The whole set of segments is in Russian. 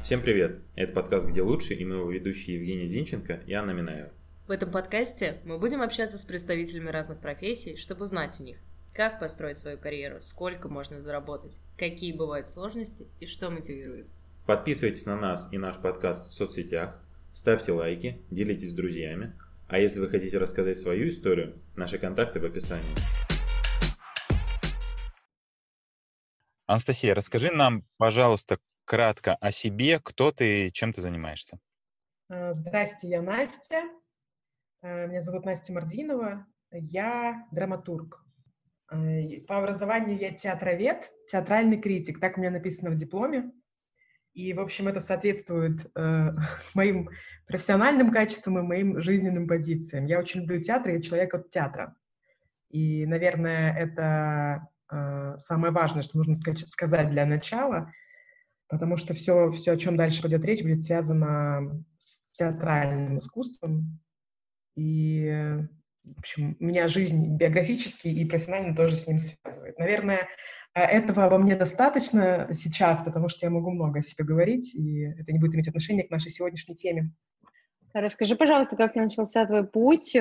Всем привет! Это подкаст «Где лучше» и мы его ведущие Евгений Зинченко и Анна Минаева. В этом подкасте мы будем общаться с представителями разных профессий, чтобы узнать у них, как построить свою карьеру, сколько можно заработать, какие бывают сложности и что мотивирует. Подписывайтесь на нас и наш подкаст в соцсетях, ставьте лайки, делитесь с друзьями, а если вы хотите рассказать свою историю, наши контакты в описании. Анастасия, расскажи нам, пожалуйста, кратко о себе, кто ты, чем ты занимаешься. Здрасте, я Настя. Меня зовут Настя Мордвинова. Я драматург. По образованию я театровед, театральный критик. Так у меня написано в дипломе. И, в общем, это соответствует моим профессиональным качествам и моим жизненным позициям. Я очень люблю театр, я человек от театра. И, наверное, это самое важное, что нужно сказать для начала, потому что все, о чем дальше пойдет речь, будет связано с театральным искусством. И, в общем, меня жизнь биографически и профессионально тоже с ним связывает. Наверное, этого во мне достаточно сейчас, потому что я могу много о себе говорить, и это не будет иметь отношения к нашей сегодняшней теме. Расскажи, пожалуйста, как начался твой путь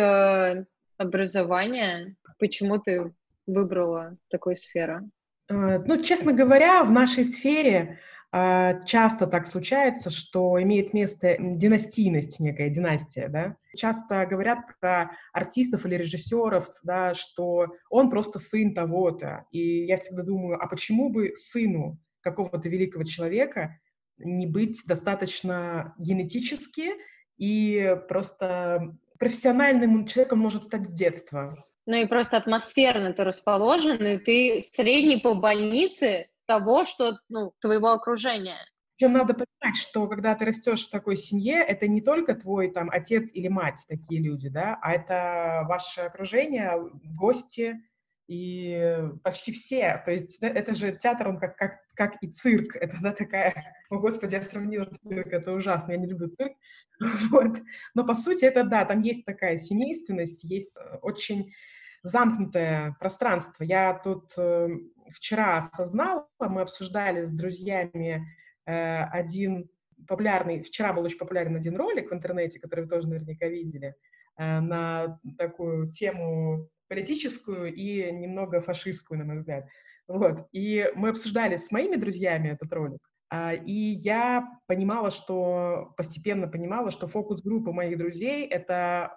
образования? Почему ты выбрала такую сферу? Честно говоря, в нашей сфере часто так случается, что имеет место династийность, некая династия, да. Часто говорят про артистов или режиссеров, да, что он просто сын того-то. И я всегда думаю, а почему бы сыну какого-то великого человека не быть достаточно генетически и просто профессиональным человеком может стать с детства? Ну и просто атмосферно ты расположен, и ты средний по больнице того, что, твоего окружения. Причем надо понимать, что когда ты растешь в такой семье, это не только твой там отец или мать, такие люди, да, а это ваше окружение, гости и почти все. То есть это же театр, он как и цирк. Это, да, такая... О, Господи, я сравнила цирк, это ужасно, я не люблю цирк. Вот. Но, по сути, это, да, там есть такая семейственность, есть очень замкнутое пространство. Я тут вчера осознала, мы обсуждали с друзьями один популярный, вчера был очень популярен один ролик в интернете, который вы тоже наверняка видели, на такую тему политическую и немного фашистскую, на мой взгляд. Вот. И мы обсуждали с моими друзьями этот ролик, и я постепенно понимала, что фокус-группа моих друзей — это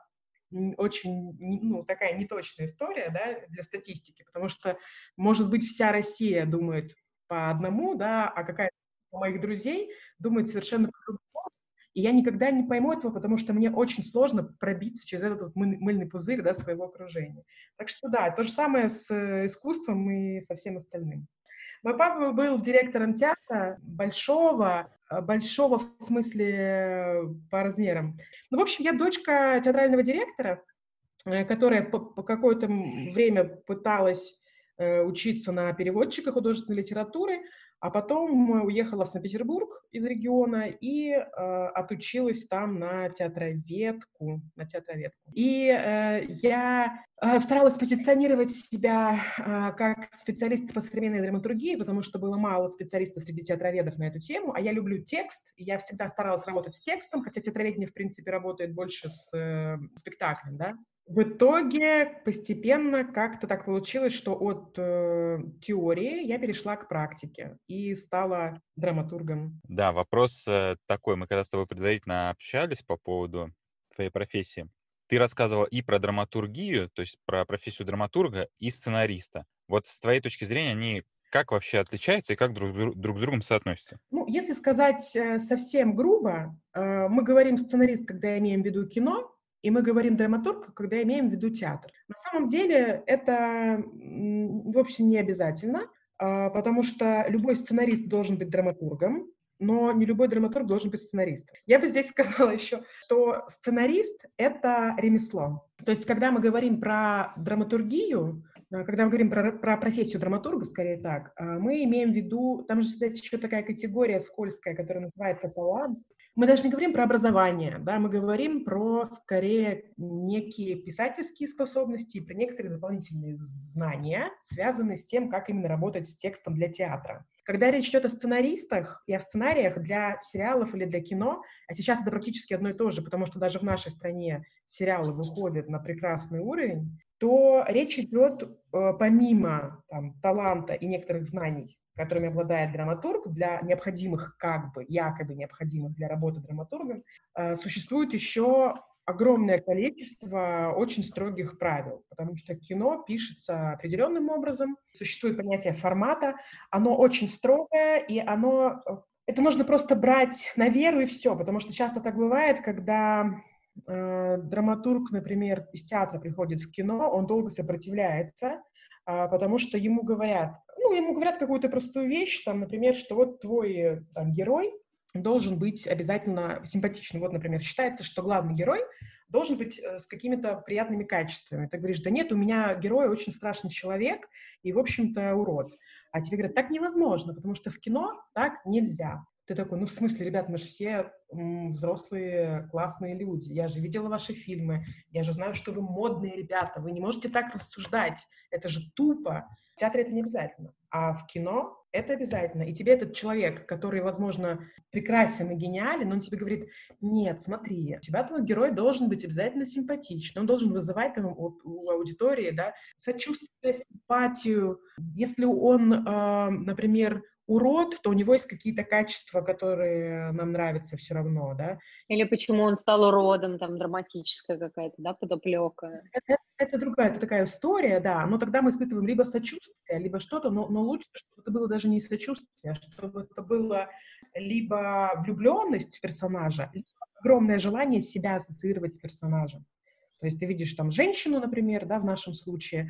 очень, такая неточная история, да, для статистики, потому что, может быть, вся Россия думает по одному, да, а какая-то моих друзей думает совершенно по-другому, и я никогда не пойму этого, потому что мне очень сложно пробиться через этот вот мыльный пузырь, да, своего окружения. Так что да, то же самое с искусством и со всем остальным. Мой папа был директором театра большого в смысле по размерам. В общем, я дочка театрального директора, которая по какое-то время пыталась учиться на переводчика художественной литературы, а потом уехала в Санкт-Петербург из региона и отучилась там на театроведку. И я старалась позиционировать себя как специалист по современной драматургии, потому что было мало специалистов среди театроведов на эту тему, а я люблю текст, и я всегда старалась работать с текстом, хотя театроведение, в принципе, работает больше с спектаклем, да. В итоге постепенно как-то так получилось, что от теории я перешла к практике и стала драматургом. Да, вопрос такой. Мы когда с тобой предварительно общались по поводу твоей профессии, ты рассказывала и про драматургию, то есть про профессию драматурга и сценариста. Вот с твоей точки зрения они как вообще отличаются и как друг с другом соотносятся? Если сказать совсем грубо, мы говорим сценарист, когда имеем в виду кино, и мы говорим драматург, когда имеем в виду театр. На самом деле это вовсе не обязательно, потому что любой сценарист должен быть драматургом, но не любой драматург должен быть сценаристом. Я бы здесь сказала еще, что сценарист — это ремесло. То есть когда мы говорим про драматургию, когда мы говорим про профессию драматурга, скорее так, мы имеем в виду, там же всегда есть еще такая категория скользкая, которая называется талант. Мы даже не говорим про образование, да, мы говорим про, скорее, некие писательские способности, про некоторые дополнительные знания, связанные с тем, как именно работать с текстом для театра. Когда речь идет о сценаристах и о сценариях для сериалов или для кино, а сейчас это практически одно и то же, потому что даже в нашей стране сериалы выходят на прекрасный уровень, то речь идет помимо таланта и некоторых знаний, которыми обладает драматург, для необходимых, якобы необходимых для работы драматургом, существует еще огромное количество очень строгих правил, потому что кино пишется определенным образом, существует понятие формата, оно очень строгое, и это нужно просто брать на веру и все, потому что часто так бывает, когда драматург, например, из театра приходит в кино, он долго сопротивляется, потому что ему говорят какую-то простую вещь, например, что вот твой герой должен быть обязательно симпатичным. Вот, например, считается, что главный герой должен быть с какими-то приятными качествами. Ты говоришь, да нет, у меня герой очень страшный человек и, в общем-то, урод. А тебе говорят, так невозможно, потому что в кино так нельзя. Ты такой, в смысле, ребят, мы же все взрослые, классные люди. Я же видела ваши фильмы, я же знаю, что вы модные ребята, вы не можете так рассуждать. Это же тупо. В театре это не обязательно, а в кино это обязательно. И тебе этот человек, который, возможно, прекрасен и гениален, он тебе говорит, нет, смотри, у тебя твой герой должен быть обязательно симпатичный, он должен вызывать у аудитории, да, сочувствие, симпатию. Если он, например, урод, то у него есть какие-то качества, которые нам нравятся все равно, да. Или почему он стал уродом, драматическая какая-то, да, подоплека. Это другая, это такая история, да, но тогда мы испытываем либо сочувствие, либо что-то, но лучше, чтобы это было даже не сочувствие, а чтобы это было либо влюбленность в персонажа, либо огромное желание себя ассоциировать с персонажем. То есть ты видишь женщину, например, да, в нашем случае,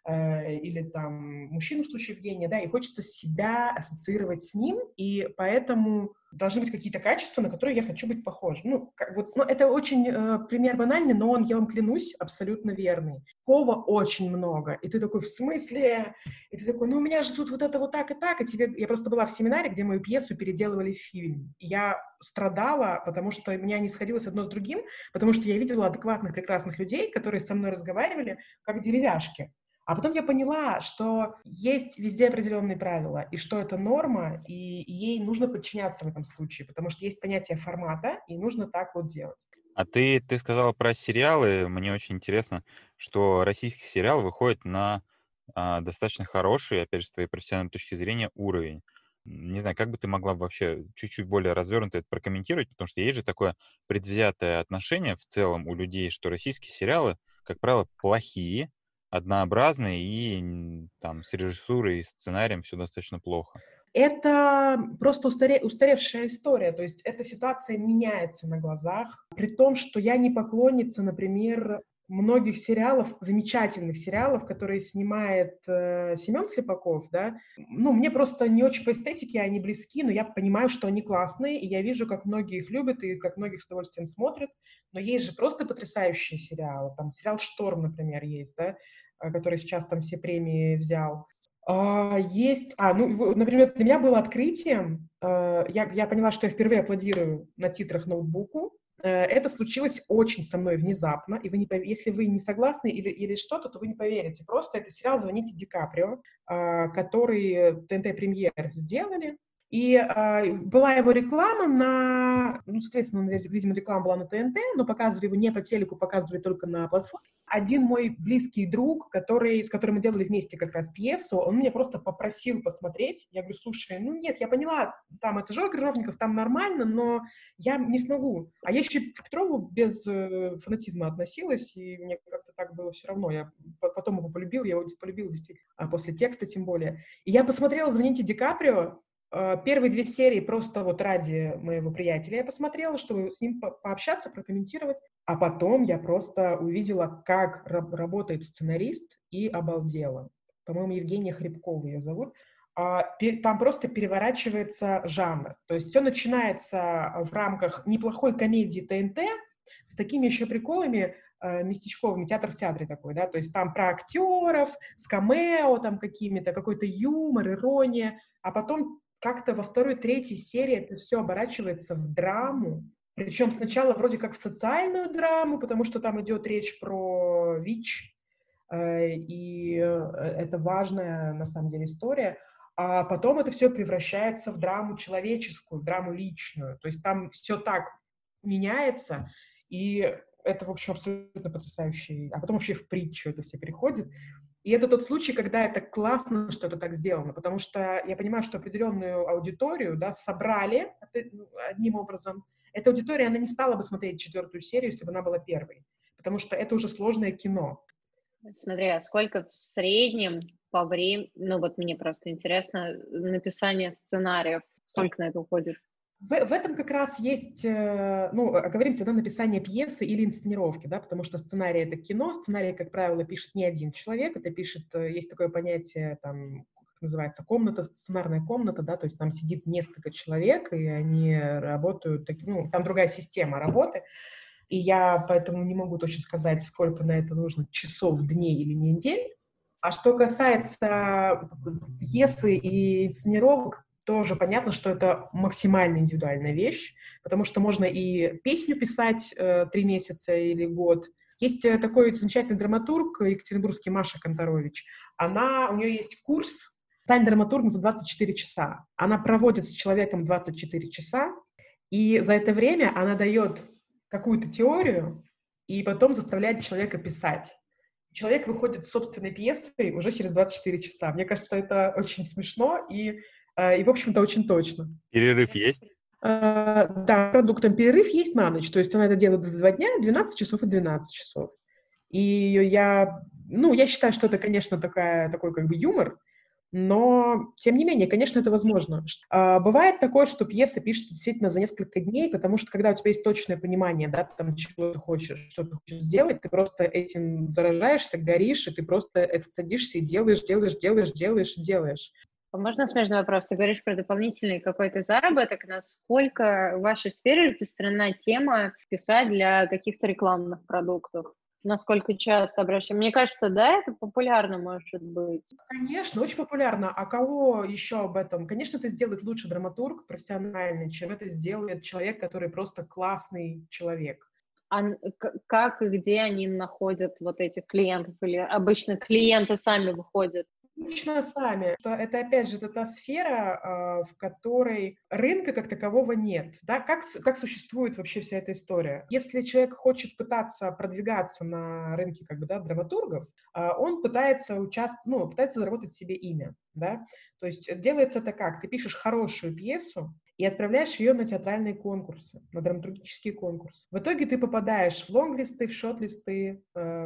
или мужчину в случае Евгения, да, и хочется себя ассоциировать с ним, и поэтому должны быть какие-то качества, на которые я хочу быть похожа. Это очень пример банальный, но я вам клянусь, абсолютно верный. Такого очень много. И ты такой, в смысле? И ты такой, у меня же тут вот это вот так и так. Я просто была в семинаре, где мою пьесу переделывали в фильм. И я страдала, потому что у меня не сходилось одно с другим, потому что я видела адекватных, прекрасных людей, которые со мной разговаривали, как деревяшки. А потом я поняла, что есть везде определенные правила, и что это норма, и ей нужно подчиняться в этом случае, потому что есть понятие формата, и нужно так вот делать. А ты сказала про сериалы. Мне очень интересно, что российский сериал выходит на достаточно хороший, опять же, с твоей профессиональной точки зрения, уровень. Не знаю, как бы ты могла вообще чуть-чуть более развернуто это прокомментировать, потому что есть же такое предвзятое отношение в целом у людей, что российские сериалы, как правило, плохие, однообразные и с режиссурой и сценарием все достаточно плохо. Это просто устаревшая история, то есть эта ситуация меняется на глазах, при том, что я не поклонница, например, многих сериалов, замечательных сериалов, которые снимает Семен Слепаков, да, мне просто не очень по эстетике они близки, но я понимаю, что они классные, и я вижу, как многие их любят и как многих с удовольствием смотрят, но есть же просто потрясающие сериалы, сериал «Шторм», например, есть, да, который сейчас все премии взял. Например, для меня было открытием, я поняла, что я впервые аплодирую на титрах ноутбуку. Это случилось очень со мной внезапно, и если вы не согласны или что-то, то вы не поверите. Просто это сериал «Звоните Ди Каприо», который ТНТ Премьер сделали. И была его реклама соответственно, видимо, реклама была на ТНТ, но показывали его не по телеку, показывали только на платформе. Один мой близкий друг, с которым мы делали вместе как раз пьесу, он меня просто попросил посмотреть. Я говорю, слушай, нет, я поняла, это Жора Крыжовников, там нормально, но я не смогу. А я еще к Петрову без фанатизма относилась, и мне как-то так было все равно. Я потом его полюбила, я его полюбила действительно, после текста тем более. И я посмотрела «Звоните Ди Каприо». Первые 2 серии просто ради моего приятеля я посмотрела, чтобы с ним пообщаться, прокомментировать. А потом я просто увидела, как работает сценарист, и обалдела. По-моему, Евгения Хребкова ее зовут. Там просто переворачивается жанр. То есть все начинается в рамках неплохой комедии ТНТ с такими еще приколами местечковыми, театр в театре такой, да, то есть там про актеров, с камео какими-то, какой-то юмор, ирония, а потом как-то во второй, третьей серии это все оборачивается в драму. Причем сначала вроде как в социальную драму, потому что там идет речь про ВИЧ, и это важная, на самом деле, история. А потом это все превращается в драму человеческую, в драму личную. То есть там все так меняется, и это, в общем, абсолютно потрясающе. А потом вообще в притчу это все переходит. И это тот случай, когда это классно, что это так сделано, потому что я понимаю, что определенную аудиторию, да, собрали одним образом. Эта аудитория, она не стала бы смотреть 4-ю серию, если бы она была первой, потому что это уже сложное кино. Смотри, а сколько в среднем по времени, ну вот мне просто интересно, написание сценариев, сколько на это уходит? В этом как раз есть, говорим всегда написание пьесы или инсценировки, да, потому что сценарий — это кино, сценарий, как правило, пишет не один человек, это пишет, есть такое понятие, там, как называется, комната, сценарная комната, да, то есть там сидит несколько человек, и они работают, там другая система работы, и я поэтому не могу точно сказать, сколько на это нужно часов, дней или недель. А что касается пьесы и инсценировок, тоже понятно, что это максимально индивидуальная вещь, потому что можно и песню писать 3 месяца или год. Есть такой замечательный драматург екатеринбургский Маша Конторович. У нее есть курс «Стань драматургом за 24 часа». Она проводит с человеком 24 часа, и за это время она дает какую-то теорию и потом заставляет человека писать. Человек выходит с собственной пьесой уже через 24 часа. Мне кажется, это очень смешно и в общем-то, очень точно. Перерыв есть? Да, продуктом перерыв есть на ночь. То есть она это делает за 2 дня, 12 часов и 12 часов. И я считаю, что это, конечно, такой как бы юмор, но, тем не менее, конечно, это возможно. Бывает такое, что пьеса пишется действительно за несколько дней, потому что когда у тебя есть точное понимание, да, там, чего ты хочешь, что ты хочешь сделать, ты просто этим заражаешься, горишь, и ты просто это садишься и делаешь. Можно смежный вопрос? Ты говоришь про дополнительный какой-то заработок. Насколько в вашей сфере распространена тема писать для каких-то рекламных продуктов? Насколько часто обращаем? Мне кажется, да, это популярно может быть. Конечно, очень популярно. А кого еще об этом? Конечно, это сделает лучше драматург профессиональный, чем это сделает человек, который просто классный человек. А как и где они находят вот этих клиентов? Или обычно клиенты сами выходят? Лично сами. Это, опять же, это та сфера, в которой рынка как такового нет. Да? Как существует вообще вся эта история? Если человек хочет пытаться продвигаться на рынке как бы, да, драматургов, он пытается пытается заработать себе имя. Да? То есть делается это как? Ты пишешь хорошую пьесу и отправляешь ее на театральные конкурсы, на драматургические конкурсы. В итоге ты попадаешь в лонглисты, в шорт-листы,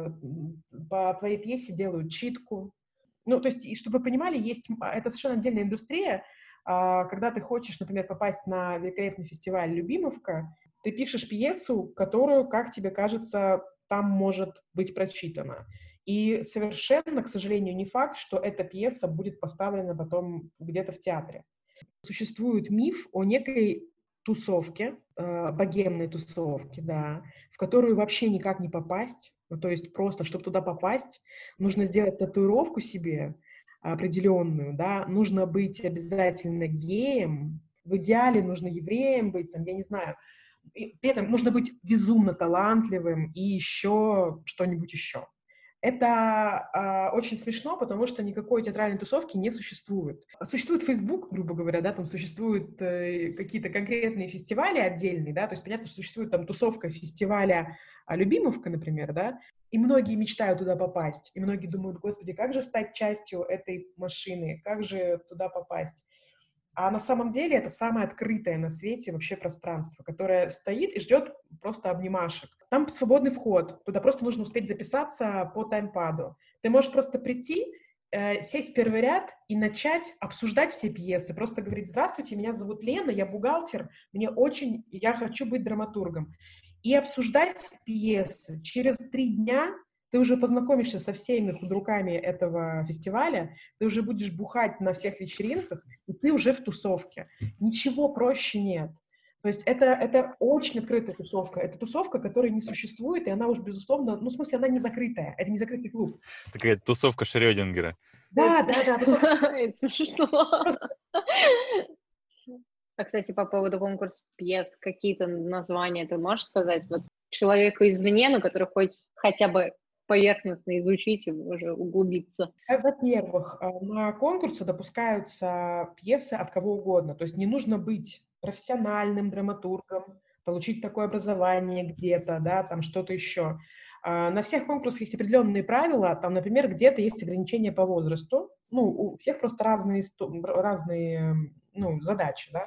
по твоей пьесе делают читку. То есть, и чтобы вы понимали, это совершенно отдельная индустрия. Когда ты хочешь, например, попасть на великолепный фестиваль «Любимовка», ты пишешь пьесу, которую, как тебе кажется, там может быть прочитана. И совершенно, к сожалению, не факт, что эта пьеса будет поставлена потом где-то в театре. Существует миф о некой тусовке, богемной тусовке, да, в которую вообще никак не попасть. То есть просто, чтобы туда попасть, нужно сделать татуировку себе определенную, да, нужно быть обязательно геем, в идеале нужно евреем быть, там, я не знаю, и при этом нужно быть безумно талантливым и еще что-нибудь еще. Это очень смешно, потому что никакой театральной тусовки не существует. Существует Facebook, грубо говоря, да, там существуют какие-то конкретные фестивали отдельные, да, то есть понятно, что существует там тусовка фестиваля «Любимовка», например, да, и многие мечтают туда попасть, и многие думают: господи, как же стать частью этой машины, как же туда попасть? А на самом деле это самое открытое на свете вообще пространство, которое стоит и ждет просто обнимашек. Там свободный вход, туда просто нужно успеть записаться по таймпаду. Ты можешь просто прийти, сесть в первый ряд и начать обсуждать все пьесы. Просто говорить: здравствуйте, меня зовут Лена, я бухгалтер, я хочу быть драматургом. И обсуждать пьесы. Через 3 дня ты уже познакомишься со всеми худруками этого фестиваля, ты уже будешь бухать на всех вечеринках, и ты уже в тусовке. Ничего проще нет. То есть это очень открытая тусовка. Это тусовка, которая не существует, и она уж, безусловно, в смысле, она не закрытая. Это не закрытый клуб. Такая тусовка Шрёдингера. Да, тусовка. Это смешно. А, кстати, по поводу конкурса пьес, какие-то названия ты можешь сказать? Вот человеку извне, но который хочет хотя бы поверхностно изучить и уже углубиться. Во-первых, на конкурсы допускаются пьесы от кого угодно. То есть не нужно быть профессиональным драматургом, получить такое образование где-то, да, там что-то еще. На всех конкурсах есть определенные правила. Там, например, где-то есть ограничения по возрасту. Ну, у всех просто разные задачи, да.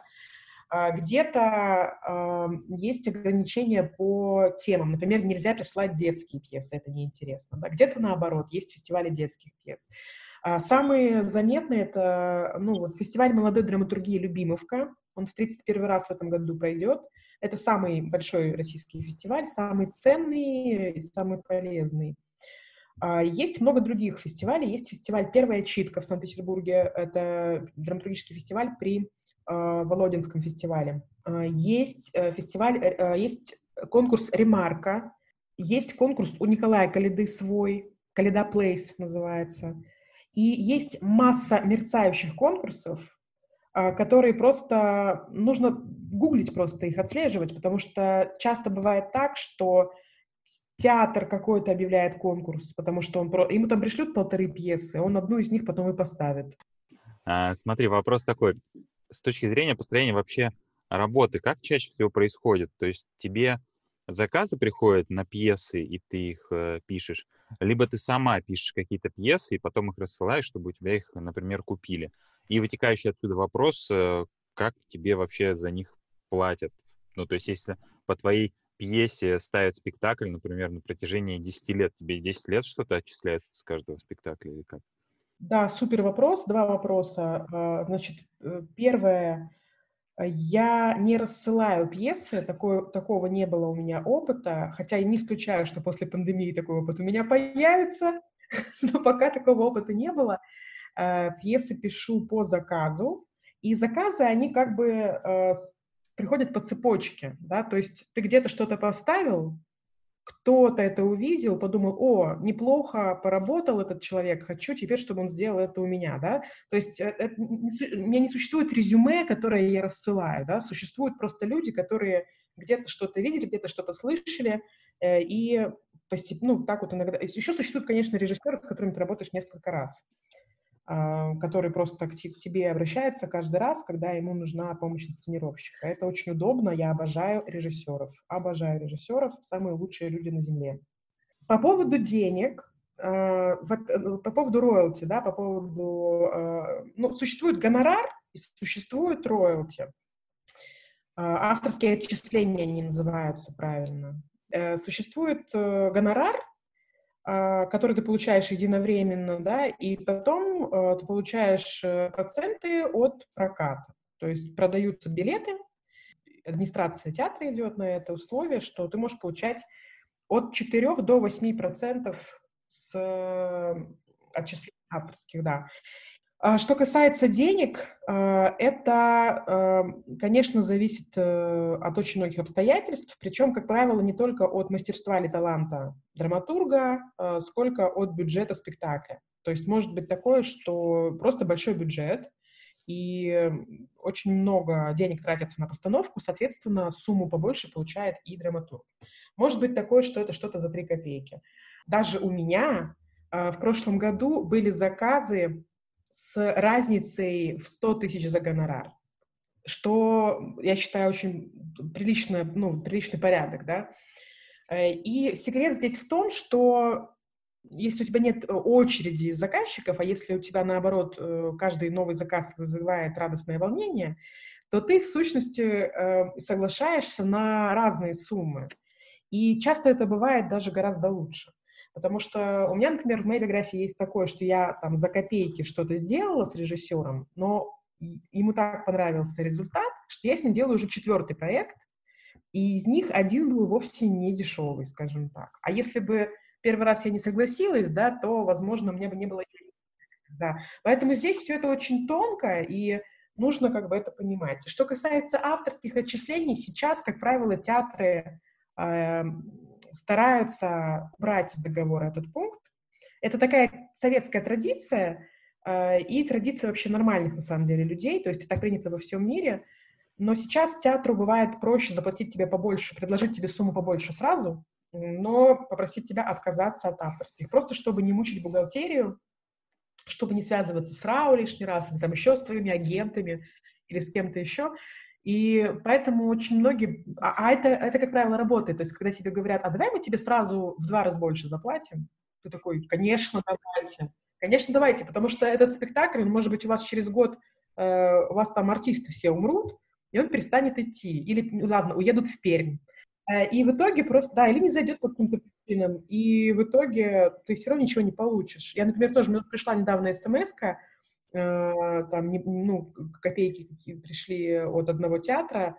Где-то есть ограничения по темам. Например, нельзя присылать детские пьесы, это неинтересно. Да? Где-то наоборот, есть фестивали детских пьес. Самые заметные — это фестиваль молодой драматургии «Любимовка». Он в 31 раз в этом году пройдет. Это самый большой российский фестиваль, самый ценный и самый полезный. Есть много других фестивалей. Есть фестиваль «Первая читка» в Санкт-Петербурге. Это драматургический фестиваль при Володинском фестивале. Есть есть конкурс «Ремарка», есть конкурс у Николая Коляды свой, «Коляда Плейс» называется. И есть масса мерцающих конкурсов, которые просто нужно гуглить, просто их отслеживать, потому что часто бывает так, что театр какой-то объявляет конкурс, потому что ему там пришлют 1,5 пьесы, он одну из них потом и поставит. Смотри, вопрос такой. С точки зрения построения вообще работы, как чаще всего происходит? То есть тебе заказы приходят на пьесы, и ты их пишешь, либо ты сама пишешь какие-то пьесы, и потом их рассылаешь, чтобы у тебя их, например, купили. И вытекающий отсюда вопрос, как тебе вообще за них платят? Ну, то есть если по твоей пьесе ставят спектакль, например, на протяжении 10 лет, тебе 10 лет что-то отчисляют с каждого спектакля или как? Да, супер вопрос. 2 вопроса. Значит, первое. Я не рассылаю пьесы, такого не было у меня опыта, хотя и не исключаю, что после пандемии такой опыт у меня появится, но пока такого опыта не было. Пьесы пишу по заказу, и заказы, они как бы приходят по цепочке, да, то есть ты где-то что-то поставил, кто-то это увидел, подумал: о, неплохо поработал этот человек, хочу теперь, чтобы он сделал это у меня, да. То есть у меня не существует резюме, которое я рассылаю, да, существуют просто люди, которые где-то что-то видели, где-то что-то слышали, и постепенно, так вот иногда. Еще существуют, конечно, режиссеры, с которыми ты работаешь несколько раз, который просто к тебе обращается каждый раз, когда ему нужна помощь инсценировщика. Это очень удобно, я обожаю режиссеров, самые лучшие люди на земле. По поводу денег, по поводу роялти, да, существует гонорар и существует роялти. Авторские отчисления они называются правильно. Существует гонорар, который ты получаешь единовременно, да, и потом ты получаешь проценты от проката. То есть продаются билеты, администрация театра идет на это условие, что ты можешь получать от 4 до 8% с отчислений авторских, да. Что касается денег, это, конечно, зависит от очень многих обстоятельств, причем, как правило, не только от мастерства или таланта драматурга, сколько от бюджета спектакля. То есть может быть такое, что просто большой бюджет, и очень много денег тратится на постановку, соответственно, сумму побольше получает и драматург. Может быть такое, что это что-то за 3 копейки. Даже у меня в прошлом году были заказы с разницей в 100 тысяч за гонорар, что, я считаю, очень приличный порядок, да. И секрет здесь в том, что если у тебя нет очереди из заказчиков, а если у тебя, наоборот, каждый новый заказ вызывает радостное волнение, то ты, в сущности, соглашаешься на разные суммы. И часто это бывает даже гораздо лучше. Потому что у меня, например, в моей биографии есть такое, что я там за копейки что-то сделала с режиссером, но ему так понравился результат, что я с ним делаю уже 4-й проект, и из них один был вовсе не дешевый, скажем так. А если бы первый раз я не согласилась, да, то, возможно, мне бы не было... Да. Поэтому здесь все это очень тонко, и нужно как бы это понимать. Что касается авторских отчислений, сейчас, как правило, театры стараются брать с договора этот пункт. Это такая советская традиция и традиция вообще нормальных, на самом деле, людей, то есть это так принято во всем мире. Но сейчас театру бывает проще заплатить тебе побольше, предложить тебе сумму побольше сразу, но попросить тебя отказаться от авторских. Просто чтобы не мучить бухгалтерию, чтобы не связываться с РАО лишний раз, или там еще с твоими агентами, или с кем-то еще. И поэтому очень многие... это, как правило, работает. То есть, когда тебе говорят, а давай мы тебе сразу в 2 раза больше заплатим, ты такой, конечно, давайте. Конечно, давайте, потому что этот спектакль, может быть, у вас через год, у вас там артисты все умрут, и он перестанет идти. Или, ну, ладно, уедут в Пермь. И в итоге просто, да, или не зайдет по каким-то причинам, и в итоге ты все равно ничего не получишь. Я, например, тоже, мне пришла недавно смс-ка, там, ну, копейки какие пришли от одного театра,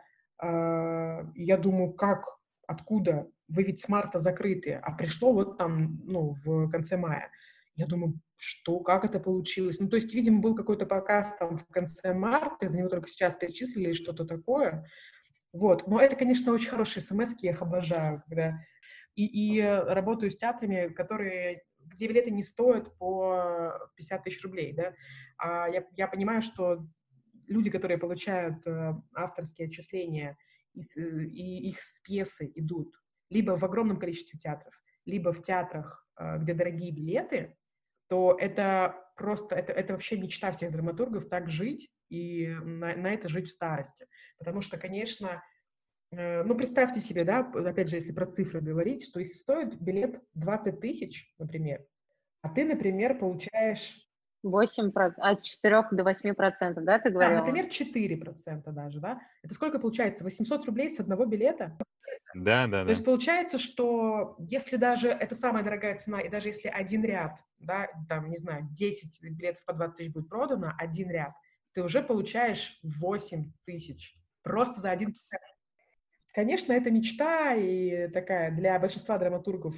и я думаю, как, откуда? Вы ведь с марта закрыты, а пришло вот там, ну, в конце мая. Я думаю, что, как это получилось? Ну, то есть, видимо, был какой-то показ там в конце марта, за него только сейчас перечислили или что-то такое. Вот. Но это, конечно, очень хорошие смс-ки, я их обожаю, когда... И работаю с театрами, где билеты не стоят по 50 тысяч рублей, да. А я понимаю, что люди, которые получают авторские отчисления, и их пьесы идут либо в огромном количестве театров, либо в театрах, где дорогие билеты, то это просто, это вообще мечта всех драматургов так жить и на это жить в старости. Потому что, конечно, ну, представьте себе, да, опять же, если про цифры говорить, что если стоит билет 20 тысяч, например, а ты, например, получаешь... 8%, от 4 до 8%, да, ты Да, говорила? например, 4% даже, да? Это сколько получается? 800 рублей с одного билета? Да. То есть получается, что если даже это самая дорогая цена, и даже если один ряд, да, там, не знаю, 10 билетов по 20 тысяч будет продано, один ряд, ты уже получаешь 8 тысяч просто за один. Конечно, это мечта и такая для большинства драматургов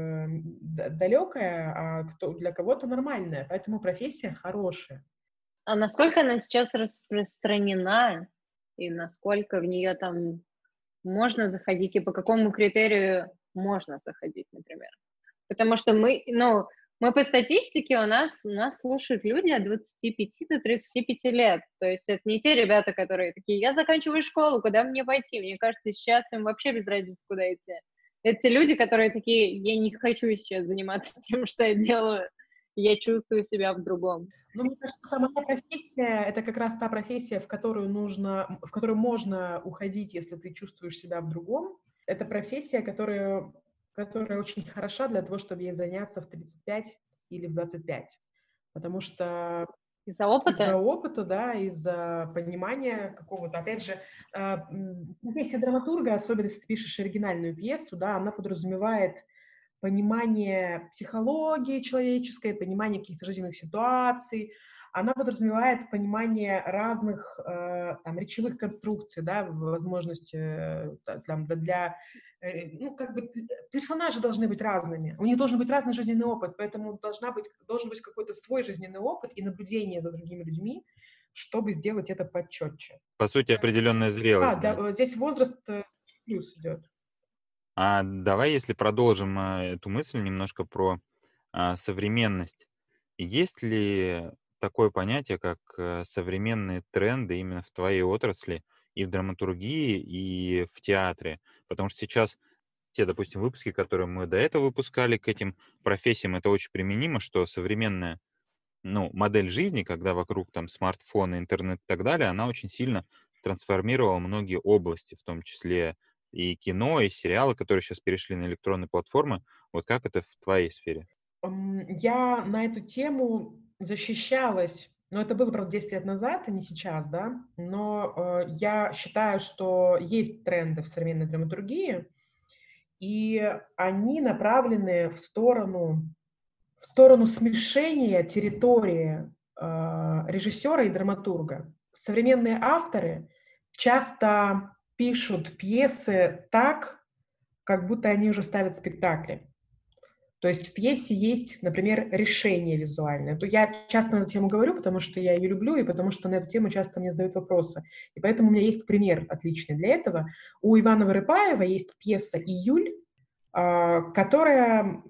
далекая, а для кого-то нормальная, поэтому профессия хорошая. А насколько она сейчас распространена, и насколько в нее там можно заходить, и по какому критерию можно заходить, например? Потому что мы по статистике нас слушают люди от 25 до 35 лет. То есть это не те ребята, которые такие, я заканчиваю школу, куда мне пойти? Мне кажется, сейчас им вообще без разницы, куда идти. Это те люди, которые такие, я не хочу сейчас заниматься тем, что я делаю, я чувствую себя в другом. Ну, мне кажется, сама профессия — это как раз та профессия, в которую можно уходить, если ты чувствуешь себя в другом. Это профессия, которая очень хороша для того, чтобы ей заняться в 35 или в 25. Потому что Из-за опыта? Из-за опыта, да, из-за понимания какого-то, опять же, профессия драматурга, особенно если ты пишешь оригинальную пьесу, да, она подразумевает понимание психологии человеческой, понимание каких-то жизненных ситуаций, она подразумевает понимание разных там, речевых конструкций, да, возможности для... Ну, как бы персонажи должны быть разными, у них должен быть разный жизненный опыт, поэтому должен быть какой-то свой жизненный опыт и наблюдение за другими людьми, чтобы сделать это почетче. По сути, определенная зрелость. Да, здесь возраст плюс идет. А давай, если продолжим эту мысль немножко про современность. Есть ли такое понятие, как современные тренды именно в твоей отрасли, и в драматургии, и в театре? Потому что сейчас те, допустим, выпуски, которые мы до этого выпускали к этим профессиям, это очень применимо, что современная модель жизни, когда вокруг там смартфоны, интернет и так далее, она очень сильно трансформировала многие области, в том числе и кино, и сериалы, которые сейчас перешли на электронные платформы. Вот как это в твоей сфере? Я на эту тему защищалась, но это было, правда, 10 лет назад, а не сейчас, да, но я считаю, что есть тренды в современной драматургии, и они направлены в сторону смешения территории режиссера и драматурга. Современные авторы часто пишут пьесы так, как будто они уже ставят спектакли. То есть в пьесе есть, например, решение визуальное. То я часто на эту тему говорю, потому что я ее люблю, и потому что на эту тему часто мне задают вопросы. И поэтому у меня есть пример отличный для этого. У Ивана Вырыпаева есть пьеса «Июль», которая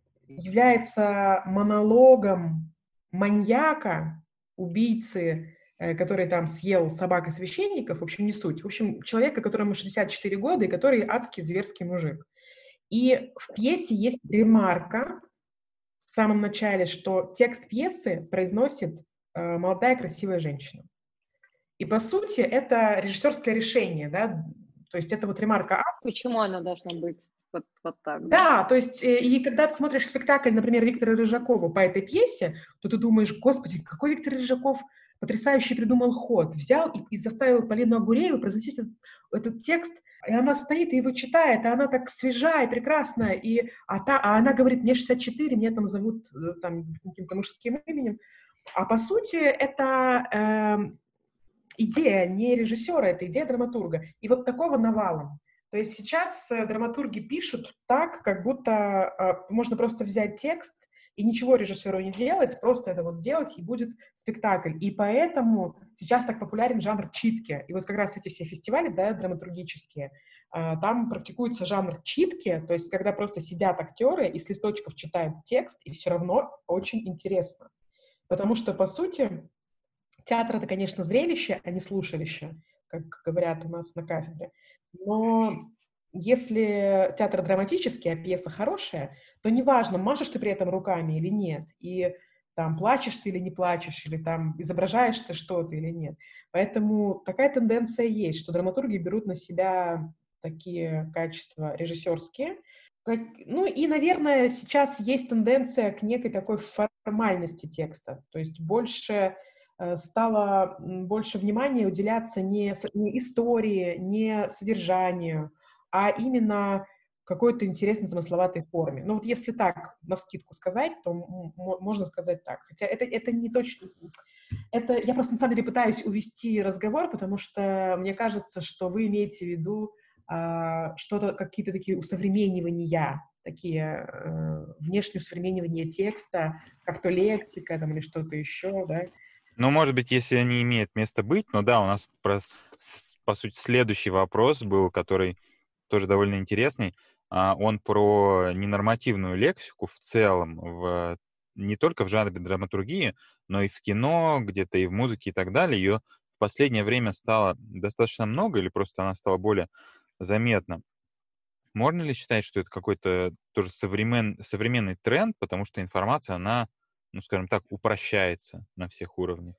является монологом маньяка, убийцы который там съел собак и священников, в общем, не суть. В общем, человека, которому 64 года и который адский зверский мужик. И в пьесе есть ремарка в самом начале, что текст пьесы произносит молодая красивая женщина. И, по сути, это режиссерское решение, да, то есть это вот ремарка. Почему она должна быть вот так? Да, то есть, и когда ты смотришь спектакль, например, Виктора Рыжакова по этой пьесе, то ты думаешь, господи, какой Виктор Рыжаков потрясающий придумал ход. Взял и заставил Полину Агурееву произносить этот текст, и она стоит и его читает, и она так свежая и прекрасная, а она говорит, мне 64, меня там зовут там, каким-то мужским именем. А по сути, это идея не режиссера, это идея драматурга. И вот такого навалом. То есть сейчас драматурги пишут так, как будто можно просто взять текст и ничего режиссеру не делать, просто это вот сделать, и будет спектакль. И поэтому сейчас так популярен жанр читки. И вот как раз эти все фестивали, да, драматургические, там практикуется жанр читки, то есть когда просто сидят актеры и с листочков читают текст, и все равно очень интересно. Потому что, по сути, театр — это, конечно, зрелище, а не слушалище, как говорят у нас на кафедре. Но если театр драматический, а пьеса хорошая, то неважно, машешь ты при этом руками или нет, и там плачешь ты или не плачешь, или там изображаешь ты что-то или нет. Поэтому такая тенденция есть, что драматурги берут на себя такие качества режиссерские. Ну и, наверное, сейчас есть тенденция к некой такой формальности текста, то есть стало больше внимания уделяться не истории, не содержанию, а именно какой-то интересной замысловатой форме. Ну вот если так навскидку сказать, то можно сказать так. Хотя это не точно. Я просто на самом деле пытаюсь увести разговор, потому что мне кажется, что вы имеете в виду что-то, какие-то такие усовременивания, такие внешние усовременивания текста, как то лексика там, или что-то еще, да. Ну, может быть, если они имеют место быть, но да, у нас, по сути, следующий вопрос был, который тоже довольно интересный. Он про ненормативную лексику в целом, не только в жанре драматургии, но и в кино, где-то и в музыке и так далее. Ее в последнее время стало достаточно много, или просто она стала более заметна. Можно ли считать, что это какой-то тоже современный тренд, потому что информация, она, ну, скажем так, упрощается на всех уровнях?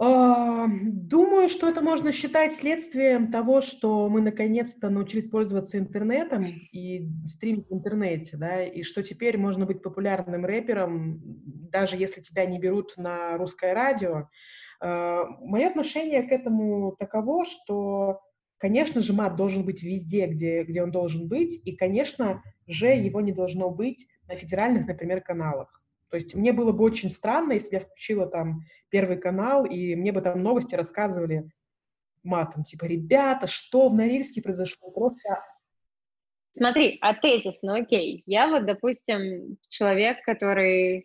Думаю, что это можно считать следствием того, что мы наконец-то научились пользоваться интернетом и стримить в интернете, да, и что теперь можно быть популярным рэпером, даже если тебя не берут на русское радио. Мое отношение к этому таково, что, конечно же, мат должен быть везде, где он должен быть, и, конечно же, его не должно быть на федеральных, например, каналах. То есть мне было бы очень странно, если я включила там Первый канал, и мне бы там новости рассказывали матом, типа, ребята, что в Норильске произошло? Просто... Смотри, тезис, ну окей. Я вот, допустим, человек, который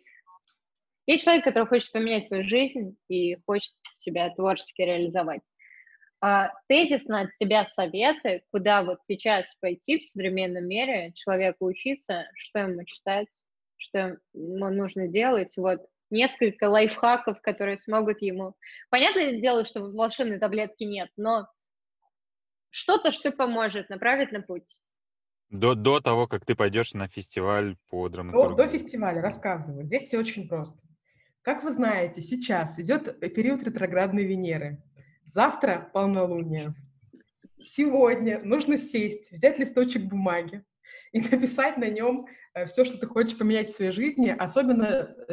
хочет поменять свою жизнь и хочет себя творчески реализовать. Тезисно от тебя советы, куда вот сейчас пойти в современном мире, человеку учиться, что ему читать, что ему нужно делать, вот несколько лайфхаков, которые смогут ему... Понятное дело, что волшебной таблетки нет, но что-то, что поможет направить на путь. До того, как ты пойдешь на фестиваль по драматургии. До фестиваля рассказываю. Здесь все очень просто. Как вы знаете, сейчас идет период ретроградной Венеры. Завтра полнолуние. Сегодня нужно сесть, взять листочек бумаги и написать на нем все, что ты хочешь поменять в своей жизни. Особенно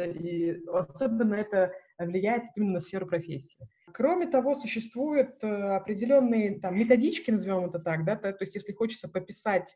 это влияет именно на сферу профессии. Кроме того, существуют определенные там методички, назовем это так, да, то есть если хочется пописать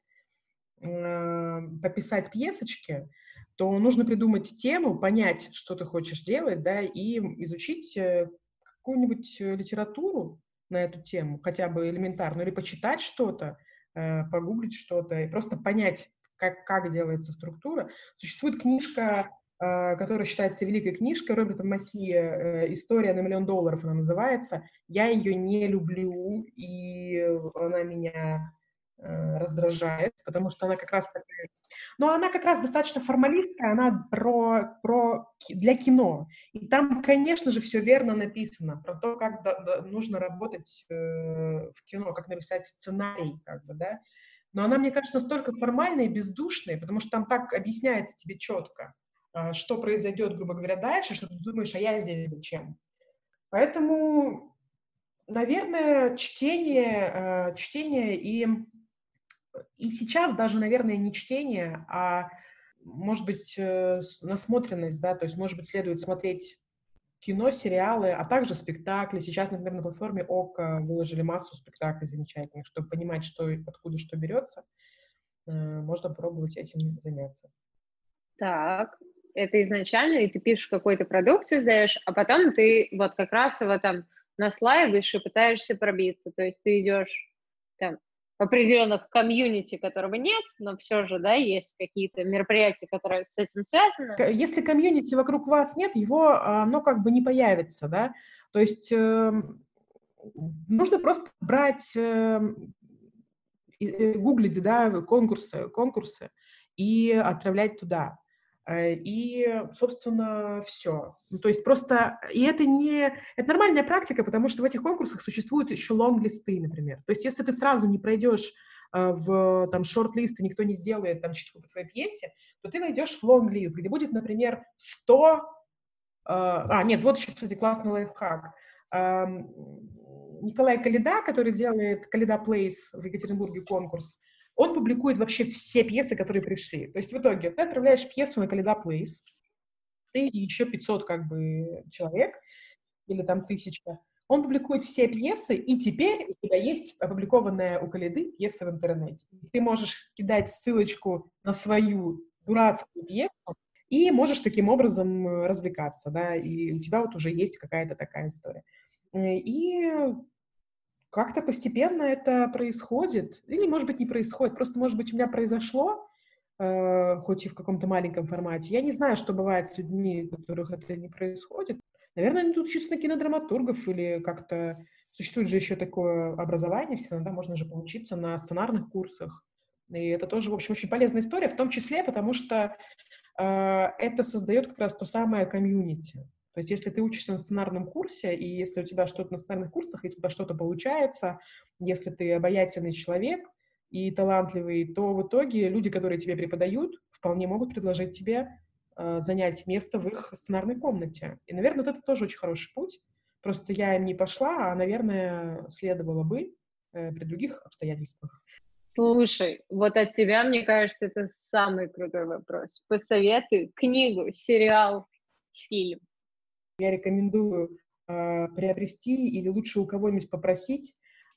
пьесочки, то нужно придумать тему, понять, что ты хочешь делать, да, и изучить какую-нибудь литературу на эту тему, хотя бы элементарно, или почитать что-то, погуглить что-то, и просто понять, как делается структура. Существует книжка, которая считается великой книжкой Роберта Маки «История на $1 000 000», она называется. Я ее не люблю, и она меня раздражает, потому что она как раз такая... Но она как раз достаточно формалистская, она для кино. И там, конечно же, все верно написано про то, как нужно работать в кино, как написать сценарий, как бы, да. Но она, мне кажется, настолько формальная и бездушная, потому что там так объясняется тебе четко, что произойдет, грубо говоря, дальше, что ты думаешь, а я здесь зачем? Поэтому, наверное, чтение и сейчас даже, наверное, не чтение, а, может быть, насмотренность, да, то есть, может быть, следует смотреть кино, сериалы, а также спектакли. Сейчас, например, на платформе ОК выложили массу спектаклей замечательных, чтобы понимать, откуда что берется. Можно пробовать этим заняться. Так, это изначально, и ты пишешь какой-то продукт, создаешь, а потом ты вот как раз его там наслаиваешь и пытаешься пробиться. То есть ты идешь там в определенных комьюнити, которого нет, но все же, да, есть какие-то мероприятия, которые с этим связаны. Если комьюнити вокруг вас нет, оно как бы не появится, да. То есть нужно просто брать, гуглить, да, конкурсы и отправлять туда. И, собственно, все. То есть просто... И это нормальная практика, потому что в этих конкурсах существуют еще лонг-листы, например. То есть если ты сразу не пройдешь в там шорт-лист, и никто не сделает там читку по твоей пьесе, то ты войдешь в лонг-лист, где будет, например, 100... нет, вот еще, кстати, классный лайфхак. Николай Коляда, который делает Коляда Плейс в Екатеринбурге конкурс, он публикует вообще все пьесы, которые пришли. То есть в итоге ты отправляешь пьесу на Коляда Плейс, ты и еще 500 как бы человек, или там 1000. Он публикует все пьесы, и теперь у тебя есть опубликованная у Коляды пьеса в интернете. Ты можешь кидать ссылочку на свою дурацкую пьесу, и можешь таким образом развлекаться, да, и у тебя вот уже есть какая-то такая история. И как-то постепенно это происходит, или, может быть, не происходит, просто, может быть, у меня произошло, хоть и в каком-то маленьком формате. Я не знаю, что бывает с людьми, у которых это не происходит. Наверное, они тут учатся на кинодраматургов или как-то... Существует же еще такое образование, все равно, да, можно же поучиться на сценарных курсах. И это тоже, в общем, очень полезная история, в том числе, потому что это создает как раз то самое комьюнити. То есть если ты учишься на сценарном курсе, и если у тебя что-то на сценарных курсах, и у тебя что-то получается, если ты обаятельный человек и талантливый, то в итоге люди, которые тебе преподают, вполне могут предложить тебе занять место в их сценарной комнате. И, наверное, вот это тоже очень хороший путь. Просто я им не пошла, а, наверное, следовало бы при других обстоятельствах. Слушай, вот от тебя, мне кажется, это самый крутой вопрос. Посоветуй книгу, сериал, фильм. Я рекомендую приобрести или лучше у кого-нибудь попросить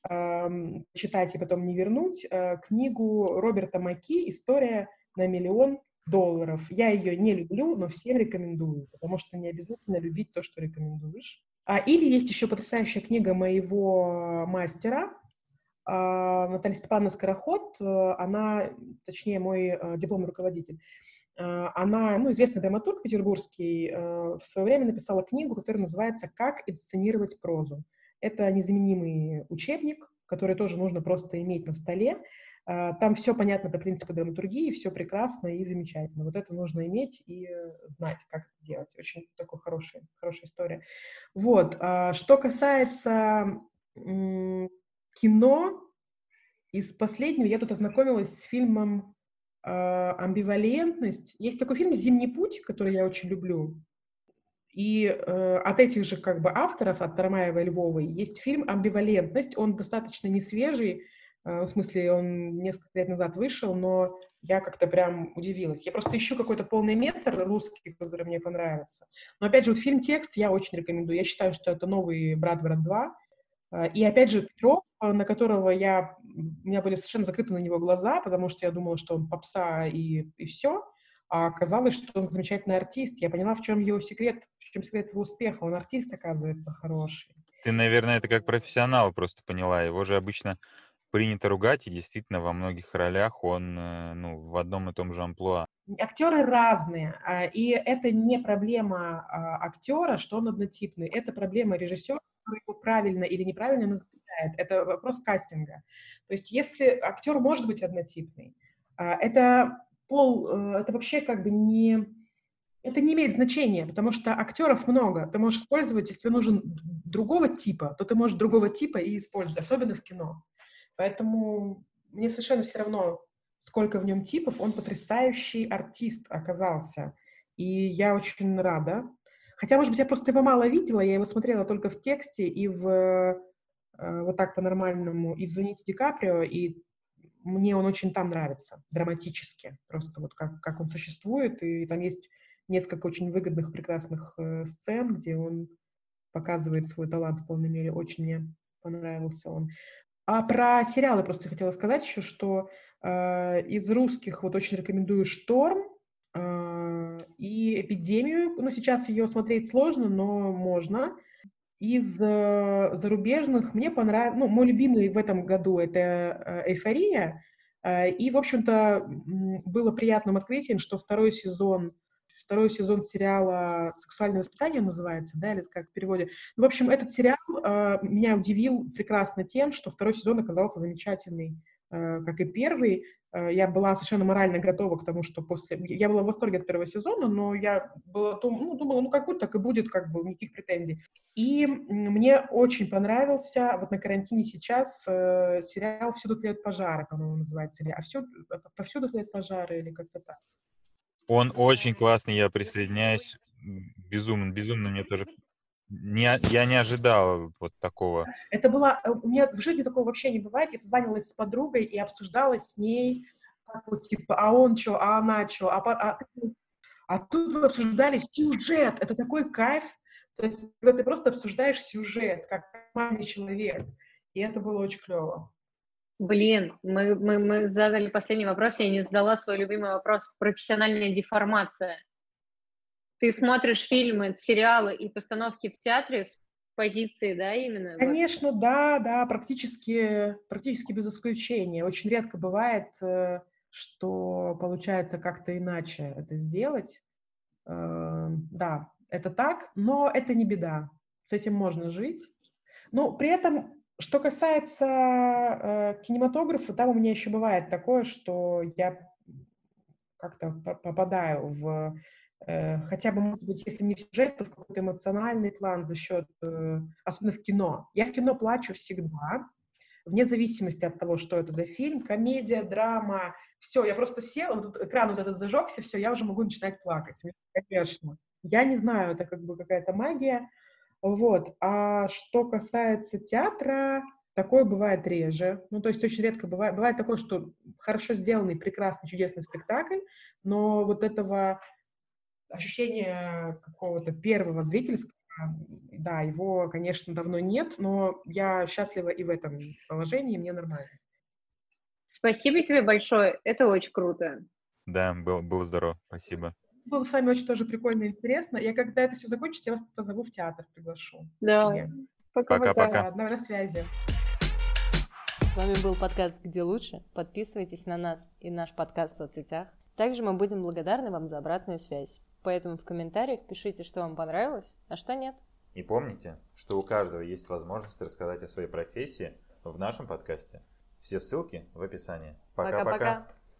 читать и потом не вернуть книгу Роберта Маки «История на $1 000 000». Я ее не люблю, но всем рекомендую, потому что не обязательно любить то, что рекомендуешь. Или есть еще потрясающая книга моего мастера, Наталья Степановна Скороход, она, точнее, мой дипломный руководитель. Она, известный драматург петербургский, в свое время написала книгу, которая называется «Как инсценировать прозу». Это незаменимый учебник, который тоже нужно просто иметь на столе. Там все понятно про принципы драматургии, все прекрасно и замечательно. Вот это нужно иметь и знать, как это делать. Очень такая хорошая история. Вот. Что касается кино, из последнего я тут ознакомилась с фильмом «Амбивалентность». Есть такой фильм «Зимний путь», который я очень люблю. И от этих же как бы авторов, от Тарамаева и Львовой, есть фильм «Амбивалентность». Он достаточно не свежий, в смысле, он несколько лет назад вышел, но я как-то прям удивилась. Я просто ищу какой-то полный метр русский, который мне понравится. Но опять же, вот фильм «Текст» я очень рекомендую. Я считаю, что это новый «Брат 2». И опять же, Петров, на которого у меня были совершенно закрыты на него глаза, потому что я думала, что он попса и все. А оказалось, что он замечательный артист. Я поняла, в чем секрет его успеха. Он артист, оказывается, хороший. Ты, наверное, это как профессионал просто поняла. Его же обычно принято ругать, и действительно во многих ролях он в одном и том же амплуа. Актеры разные, и это не проблема актера, что он однотипный. Это проблема режиссера, который его правильно или неправильно назначает. влияет. Это вопрос кастинга. То есть если актер может быть однотипный, это вообще как бы не... Это не имеет значения, потому что актеров много. Ты можешь использовать, если тебе нужен другого типа, то ты можешь другого типа и использовать, особенно в кино. Поэтому мне совершенно все равно, сколько в нем типов. Он потрясающий артист оказался. И я очень рада. Хотя, может быть, я просто его мало видела, я его смотрела только в тексте и вот так по-нормальному, и в «Звоните Ди Каприо», и мне он очень там нравится, драматически. Просто вот как он существует, и там есть несколько очень выгодных, прекрасных сцен, где он показывает свой талант в полной мере. Очень мне понравился он. А про сериалы просто хотела сказать еще, что из русских вот очень рекомендую «Шторм» и «Эпидемию». Ну, сейчас ее смотреть сложно, но можно. Из зарубежных мне понравилось... Ну, мой любимый в этом году — это «Эйфория». И, в общем-то, было приятным открытием, что второй сезон сериала «Сексуальное воспитание» называется, да, или как в переводе. Ну, в общем, этот сериал меня удивил прекрасно тем, что второй сезон оказался замечательный, как и первый. Я была совершенно морально готова к тому, что Я была в восторге от первого сезона, но я думала, как будет, так и будет, как бы, никаких претензий. И мне очень понравился, вот на карантине сейчас, сериал «Всюду тлеют пожары», по-моему, называется, или «Повсюду тлеют пожары», или как-то так. Он очень классный, я присоединяюсь. Безумно мне тоже... Я не ожидал вот такого. Это была... У меня в жизни такого вообще не бывает. Я созванивалась с подругой и обсуждала с ней, типа, а он что, а она что, а тут мы обсуждали сюжет. Это такой кайф. То есть, когда ты просто обсуждаешь сюжет, как нормальный человек. И это было очень клево. Блин, мы задали последний вопрос, я не задала свой любимый вопрос. Профессиональная деформация. Ты смотришь фильмы, сериалы и постановки в театре с позиции, да, именно? Конечно, да, практически без исключения. Очень редко бывает, что получается как-то иначе это сделать. Да, это так, но это не беда. С этим можно жить. Но при этом, что касается кинематографа, там у меня еще бывает такое, что я как-то попадаю в хотя бы, может быть, если не в сюжет, то в какой-то эмоциональный план за счет, особенно в кино. Я в кино плачу всегда, вне зависимости от того, что это за фильм, комедия, драма, все, я просто села, вот тут экран вот этот зажегся, все, я уже могу начинать плакать. Конечно. Я не знаю, это как бы какая-то магия. Вот. А что касается театра, такое бывает реже. Ну, то есть очень редко бывает. Бывает такое, что хорошо сделанный, прекрасный, чудесный спектакль, но вот этого ощущения какого-то первого зрительского, да, его, конечно, давно нет, но я счастлива и в этом положении, мне нормально. Спасибо тебе большое, это очень круто. Да, было здорово, спасибо. Было с вами очень тоже прикольно и интересно. Я когда это все закончится, я вас позову в театр, приглашу. Да, пока-пока. Ладно, на связи. С вами был подкаст «Где лучше?». Подписывайтесь на нас и наш подкаст в соцсетях. Также мы будем благодарны вам за обратную связь. Поэтому в комментариях пишите, что вам понравилось, а что нет. И помните, что у каждого есть возможность рассказать о своей профессии в нашем подкасте. Все ссылки в описании. Пока-пока.